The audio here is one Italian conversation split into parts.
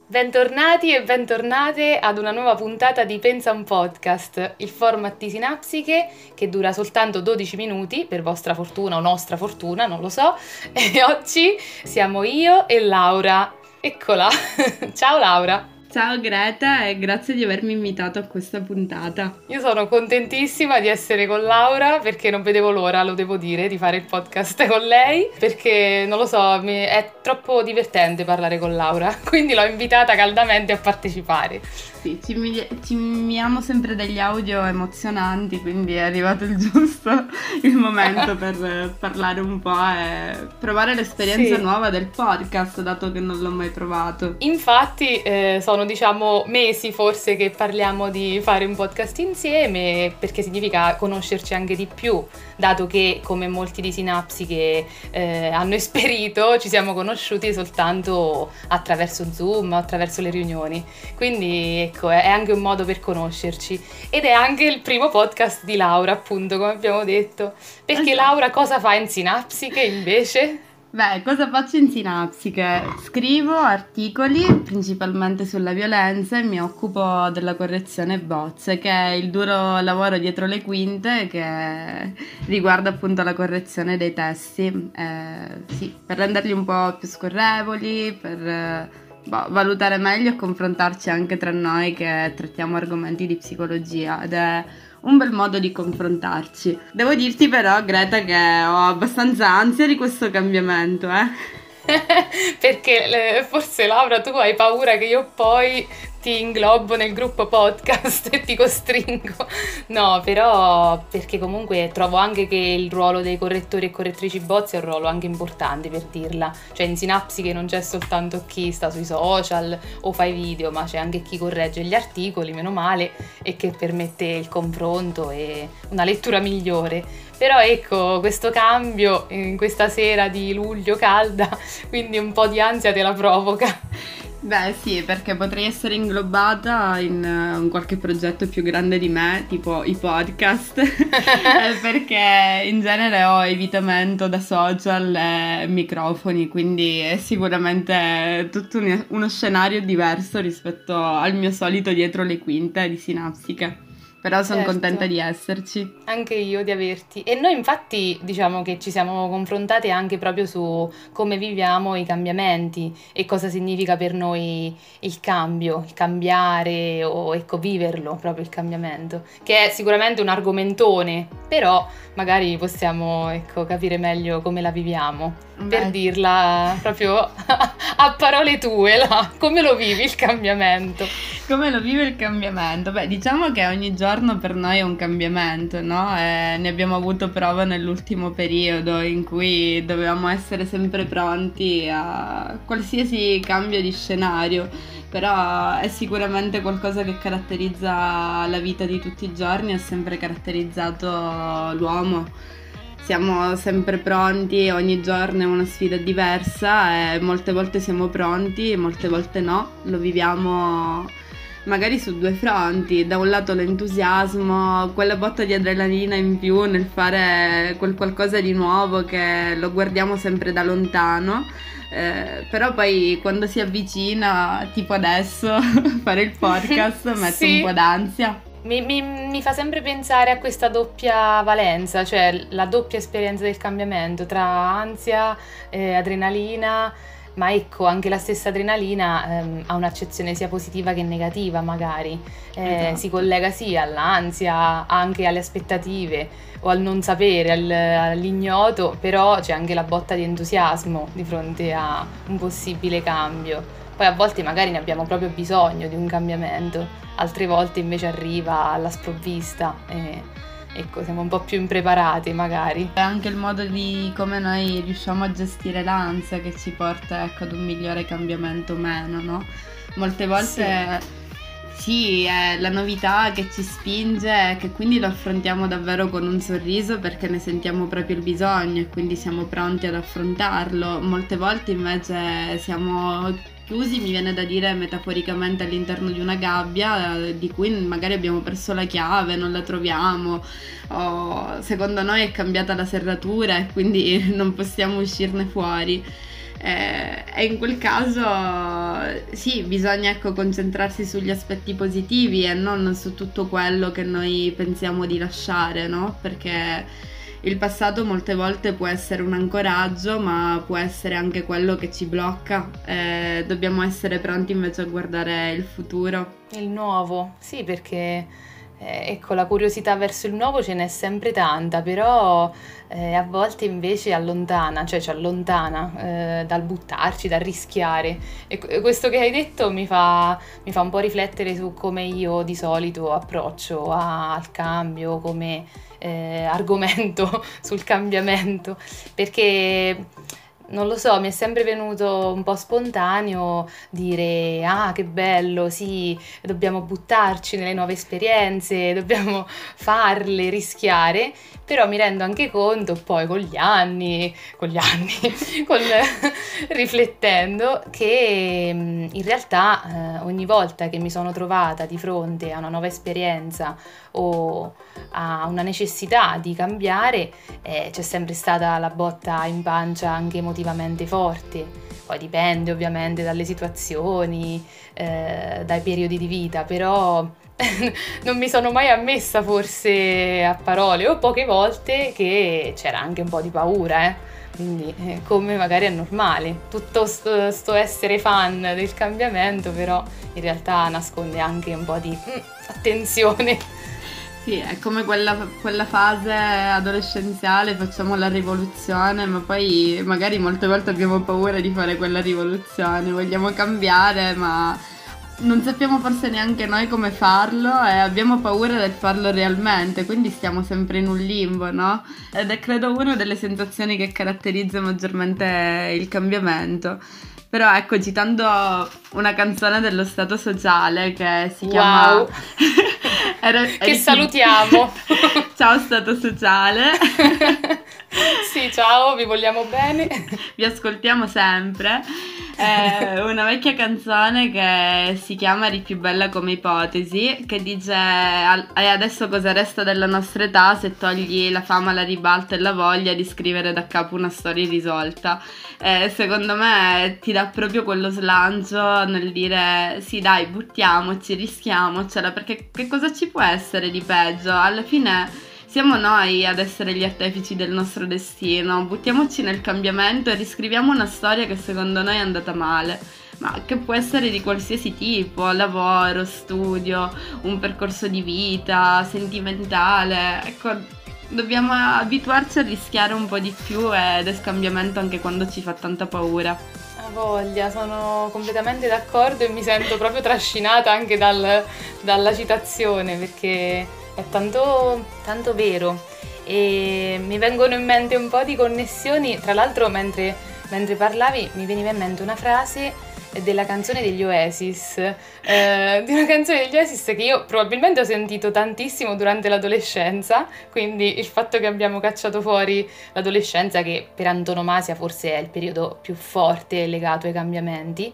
Bentornati e bentornate ad una nuova puntata di Pensa un Podcast, il format di Sinapsiche che dura soltanto 12 minuti, per vostra fortuna o nostra fortuna, non lo so, e oggi siamo io e Laura. Eccola, ciao Laura! Ciao Greta e grazie di avermi invitato a questa puntata. Io sono contentissima di essere con Laura perché non vedevo l'ora, lo devo dire, di fare il podcast con lei perché, non lo so, è troppo divertente parlare con Laura, quindi l'ho invitata caldamente a partecipare. Sì, ci inviamo sempre degli audio emozionanti, quindi è arrivato il momento per parlare un po' e provare l'esperienza nuova del podcast, dato che non l'ho mai provato. Infatti sono mesi forse che parliamo di fare un podcast insieme, perché significa conoscerci anche di più, dato che come molti di Sinapsi che hanno esperito ci siamo conosciuti soltanto attraverso Zoom, attraverso le riunioni, quindi ecco, è anche un modo per conoscerci ed è anche il primo podcast di Laura, appunto, come abbiamo detto. Perché Laura cosa fa in Sinapsiche invece? Beh, cosa faccio in Sinapsiche? Scrivo articoli principalmente sulla violenza e mi occupo della correzione bozze, che è il duro lavoro dietro le quinte che riguarda appunto la correzione dei testi, sì, per renderli un po' più scorrevoli, per valutare meglio e confrontarci anche tra noi che trattiamo argomenti di psicologia, ed è un bel modo di confrontarci. Devo dirti però, Greta, che ho abbastanza ansia di questo cambiamento, Perché forse Laura tu hai paura che io poi ti inglobo nel gruppo podcast e ti costringo. No, però perché comunque trovo anche che il ruolo dei correttori e correttrici bozze è un ruolo anche importante, per dirla. Cioè in Sinapsi che non c'è soltanto chi sta sui social o fa i video, ma c'è anche chi corregge gli articoli, meno male, e che permette il confronto e una lettura migliore. Però ecco, questo cambio in questa sera di luglio calda, quindi un po' di ansia te la provoca. Beh sì, perché potrei essere inglobata in qualche progetto più grande di me, tipo i podcast, perché in genere ho evitamento da social e microfoni, quindi è sicuramente tutto uno scenario diverso rispetto al mio solito dietro le quinte di Sinapsiche. Però sono contenta di esserci. Anche io di averti. E noi infatti diciamo che ci siamo confrontate anche proprio su come viviamo i cambiamenti e cosa significa per noi il cambio, il cambiare o ecco viverlo, proprio il cambiamento, che è sicuramente un argomentone, però magari possiamo ecco capire meglio come la viviamo. Per dirla proprio a parole tue, come lo vivi il cambiamento? Come lo vive il cambiamento? Beh, diciamo che ogni giorno per noi è un cambiamento, no? Ne abbiamo avuto prova nell'ultimo periodo in cui dovevamo essere sempre pronti a qualsiasi cambio di scenario, però è sicuramente qualcosa che caratterizza la vita di tutti i giorni, ha sempre caratterizzato l'uomo. Siamo sempre pronti, ogni giorno è una sfida diversa e molte volte siamo pronti e molte volte no, lo viviamo magari su due fronti: da un lato l'entusiasmo, quella botta di adrenalina in più nel fare quel qualcosa di nuovo che lo guardiamo sempre da lontano, però poi quando si avvicina, tipo adesso, fare il podcast mette sì. un po' d'ansia. Mi fa sempre pensare a questa doppia valenza, cioè la doppia esperienza del cambiamento tra ansia, adrenalina, ma ecco anche la stessa adrenalina ha un'accezione sia positiva che negativa magari, Esatto. Si collega sia all'ansia, anche alle aspettative o al non sapere, all'ignoto, però c'è anche la botta di entusiasmo di fronte a un possibile cambio. Poi a volte magari ne abbiamo proprio bisogno di un cambiamento, altre volte invece arriva alla sprovvista e ecco, siamo un po' più impreparati magari. È anche il modo di come noi riusciamo a gestire l'ansia che ci porta, ecco, ad un migliore cambiamento o meno, no? Molte volte sì, è la novità che ci spinge e che quindi lo affrontiamo davvero con un sorriso perché ne sentiamo proprio il bisogno e quindi siamo pronti ad affrontarlo. Molte volte invece siamo chiusi, mi viene da dire metaforicamente, all'interno di una gabbia di cui magari abbiamo perso la chiave, non la troviamo, o secondo noi è cambiata la serratura e quindi non possiamo uscirne fuori. E in quel caso sì, bisogna ecco, concentrarsi sugli aspetti positivi e non su tutto quello che noi pensiamo di lasciare, no? Perché il passato molte volte può essere un ancoraggio, ma può essere anche quello che ci blocca. Dobbiamo essere pronti invece a guardare il futuro. Il nuovo, sì, perché ecco, la curiosità verso il nuovo ce n'è sempre tanta, però a volte invece allontana, cioè ci allontana dal buttarci, dal rischiare. E questo che hai detto mi fa un po' riflettere su come io di solito approccio al cambio, come argomento sul cambiamento, perché non lo so, mi è sempre venuto un po' spontaneo dire: ah, che bello, sì, dobbiamo buttarci nelle nuove esperienze, dobbiamo farle, rischiare, però mi rendo anche conto poi con riflettendo che in realtà ogni volta che mi sono trovata di fronte a una nuova esperienza o a una necessità di cambiare, c'è sempre stata la botta in pancia anche emotivamente forte. Poi dipende ovviamente dalle situazioni, dai periodi di vita, però non mi sono mai ammessa forse a parole, o poche volte che c'era anche un po' di paura, quindi come magari è normale, tutto sto essere fan del cambiamento, però in realtà nasconde anche un po' di attenzione. Sì, è come quella fase adolescenziale, facciamo la rivoluzione, ma poi magari molte volte abbiamo paura di fare quella rivoluzione, vogliamo cambiare, ma non sappiamo forse neanche noi come farlo e abbiamo paura del farlo realmente, quindi stiamo sempre in un limbo, no? Ed è credo una delle sensazioni che caratterizza maggiormente il cambiamento. Però ecco, citando una canzone dello Stato Sociale che si chiama... Wow! Che salutiamo! Ciao Stato Sociale! Sì, ciao, vi vogliamo bene. Vi ascoltiamo sempre. È una vecchia canzone che si chiama Eri più bella come ipotesi, che dice: e adesso cosa resta della nostra età se togli la fama, la ribalta e la voglia di scrivere da capo una storia irrisolta. Secondo me ti dà proprio quello slancio nel dire: sì dai, buttiamoci, rischiamocela, perché che cosa ci può essere di peggio? Alla fine siamo noi ad essere gli artefici del nostro destino, buttiamoci nel cambiamento e riscriviamo una storia che secondo noi è andata male, ma che può essere di qualsiasi tipo: lavoro, studio, un percorso di vita, sentimentale. Ecco, dobbiamo abituarci a rischiare un po' di più ed è cambiamento anche quando ci fa tanta paura. Ha voglia, sono completamente d'accordo e mi sento proprio trascinata anche dalla citazione, perché è tanto, tanto vero e mi vengono in mente un po' di connessioni. Tra l'altro mentre parlavi mi veniva in mente una frase della canzone degli Oasis, di una canzone degli Oasis che io probabilmente ho sentito tantissimo durante l'adolescenza, quindi il fatto che abbiamo cacciato fuori l'adolescenza, che per antonomasia forse è il periodo più forte legato ai cambiamenti,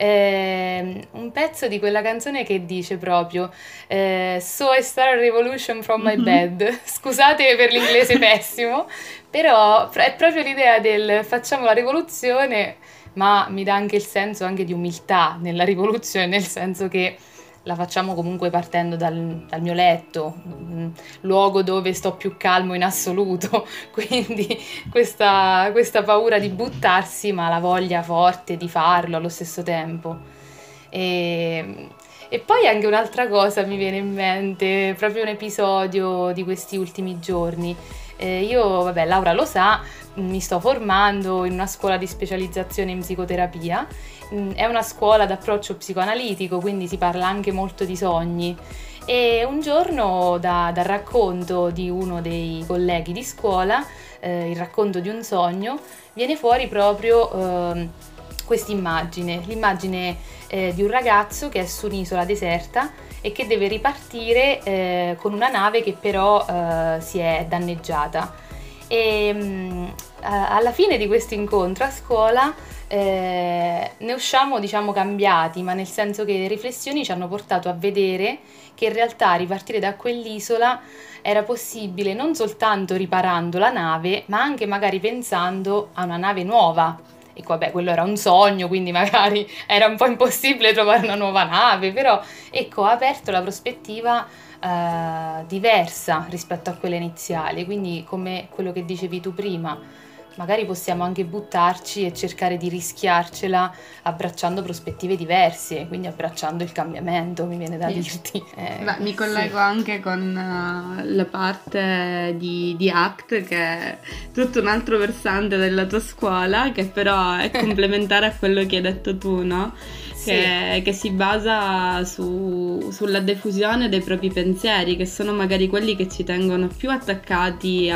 un pezzo di quella canzone che dice proprio So I start a revolution from my bed. Scusate per l'inglese pessimo, però è proprio l'idea del facciamo la rivoluzione, ma mi dà anche il senso anche di umiltà nella rivoluzione, nel senso che la facciamo comunque partendo dal mio letto, luogo dove sto più calmo in assoluto, quindi questa paura di buttarsi, ma la voglia forte di farlo allo stesso tempo. E poi anche un'altra cosa mi viene in mente, proprio un episodio di questi ultimi giorni. Io, vabbè, Laura lo sa, mi sto formando in una scuola di specializzazione in psicoterapia. È una scuola d'approccio psicoanalitico, quindi si parla anche molto di sogni. E un giorno, dal racconto di uno dei colleghi di scuola, il racconto di un sogno, viene fuori proprio quest'immagine, l'immagine di un ragazzo che è su un'isola deserta e che deve ripartire con una nave che però si è danneggiata. E alla fine di questo incontro a scuola ne usciamo, diciamo, cambiati, ma nel senso che le riflessioni ci hanno portato a vedere che in realtà ripartire da quell'isola era possibile non soltanto riparando la nave, ma anche magari pensando a una nave nuova Ecco, vabbè, quello era un sogno, quindi magari era un po' impossibile trovare una nuova nave, però ecco, ha aperto la prospettiva diversa rispetto a quella iniziale, quindi come quello che dicevi tu prima, magari possiamo anche buttarci e cercare di rischiarcela abbracciando prospettive diverse, quindi abbracciando il cambiamento, mi viene da dirti. Beh, mi collego anche con la parte di ACT, che è tutto un altro versante della tua scuola, che però è complementare a quello che hai detto tu, no? Che si basa sulla diffusione dei propri pensieri, che sono magari quelli che ci tengono più attaccati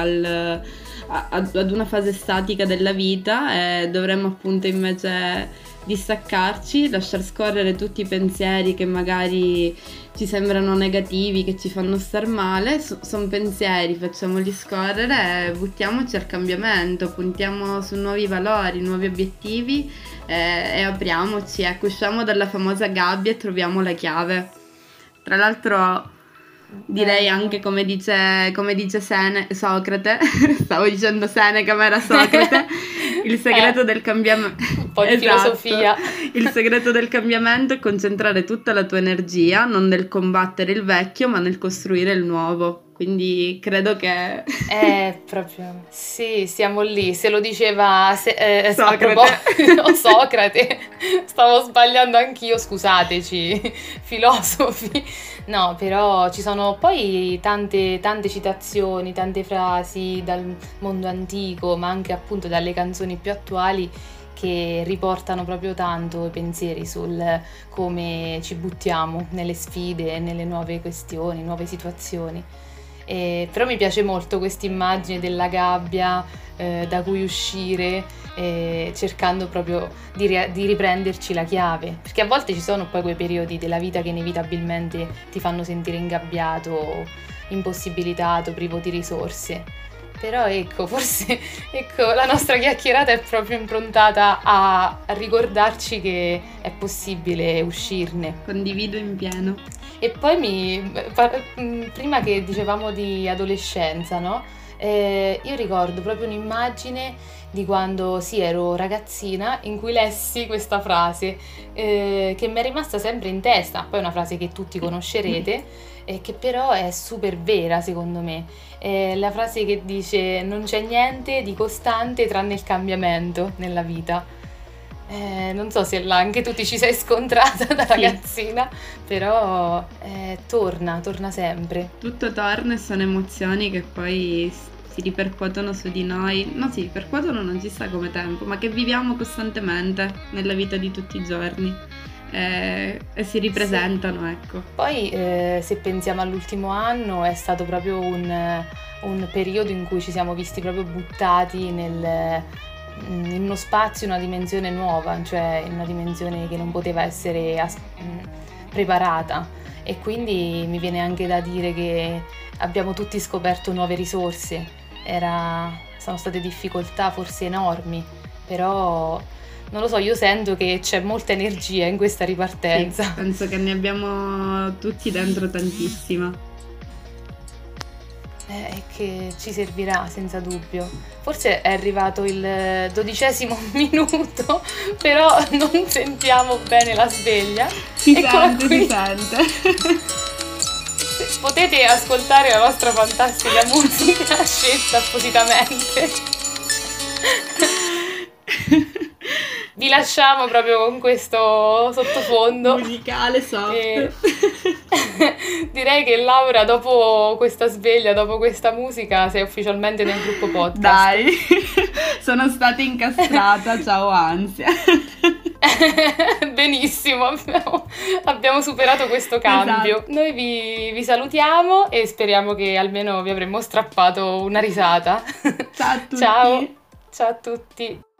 ad una fase statica della vita, e dovremmo appunto invece distaccarci, lasciar scorrere tutti i pensieri che magari ci sembrano negativi, che ci fanno star male. Sono pensieri, facciamoli scorrere e buttiamoci al cambiamento, puntiamo su nuovi valori, nuovi obiettivi, e apriamoci, ecco, usciamo dalla famosa gabbia e troviamo la chiave. Tra l'altro direi anche, come dice Socrate, stavo dicendo Seneca ma era Socrate, il segreto del cambiamento, un po' di filosofia. Il segreto del cambiamento è concentrare tutta la tua energia non nel combattere il vecchio ma nel costruire il nuovo. Quindi credo che proprio sì, siamo lì. Se lo diceva Socrate. Socrate, stavo sbagliando anch'io, scusateci, filosofi. No, però ci sono poi tante citazioni, tante frasi dal mondo antico, ma anche appunto dalle canzoni più attuali, che riportano proprio tanto i pensieri sul come ci buttiamo nelle sfide, nelle nuove questioni, nuove situazioni. Però mi piace molto questa immagine della gabbia da cui uscire, cercando proprio di riprenderci la chiave, perché a volte ci sono poi quei periodi della vita che inevitabilmente ti fanno sentire ingabbiato, impossibilitato, privo di risorse. Però ecco, forse la nostra chiacchierata è proprio improntata a ricordarci che è possibile uscirne. Condivido in pieno. E poi prima che dicevamo di adolescenza, no? Io ricordo proprio un'immagine di quando ero ragazzina, in cui lessi questa frase che mi è rimasta sempre in testa. Poi è una frase che tutti conoscerete, che però è super vera secondo me. È la frase che dice: non c'è niente di costante tranne il cambiamento nella vita. Non so se anche tu ti ci sei scontrata da ragazzina, però torna sempre. Tutto torna e sono emozioni che poi si ripercuotono su di noi. No, si ripercuotono, non ci sta come tempo, ma che viviamo costantemente nella vita di tutti i giorni, e si ripresentano, ecco. Poi se pensiamo all'ultimo anno, è stato proprio un periodo in cui ci siamo visti proprio buttati in uno spazio, in una dimensione nuova, cioè in una dimensione che non poteva essere preparata, e quindi mi viene anche da dire che abbiamo tutti scoperto nuove risorse. Sono state difficoltà forse enormi, però non lo so, io sento che c'è molta energia in questa ripartenza. Sì, penso che ne abbiamo tutti dentro tantissima. Che ci servirà senza dubbio. Forse è arrivato il 12° minuto, però non sentiamo bene la sveglia. Si sente. Potete ascoltare la nostra fantastica musica scelta appositamente. Vi lasciamo proprio con questo sottofondo musicale soft. Direi che Laura, dopo questa sveglia, dopo questa musica, sei ufficialmente nel gruppo podcast. Dai, sono stata incastrata, ciao ansia. Benissimo, abbiamo superato questo cambio. Esatto. Noi vi salutiamo e speriamo che almeno vi avremmo strappato una risata. Ciao a tutti. Ciao a tutti.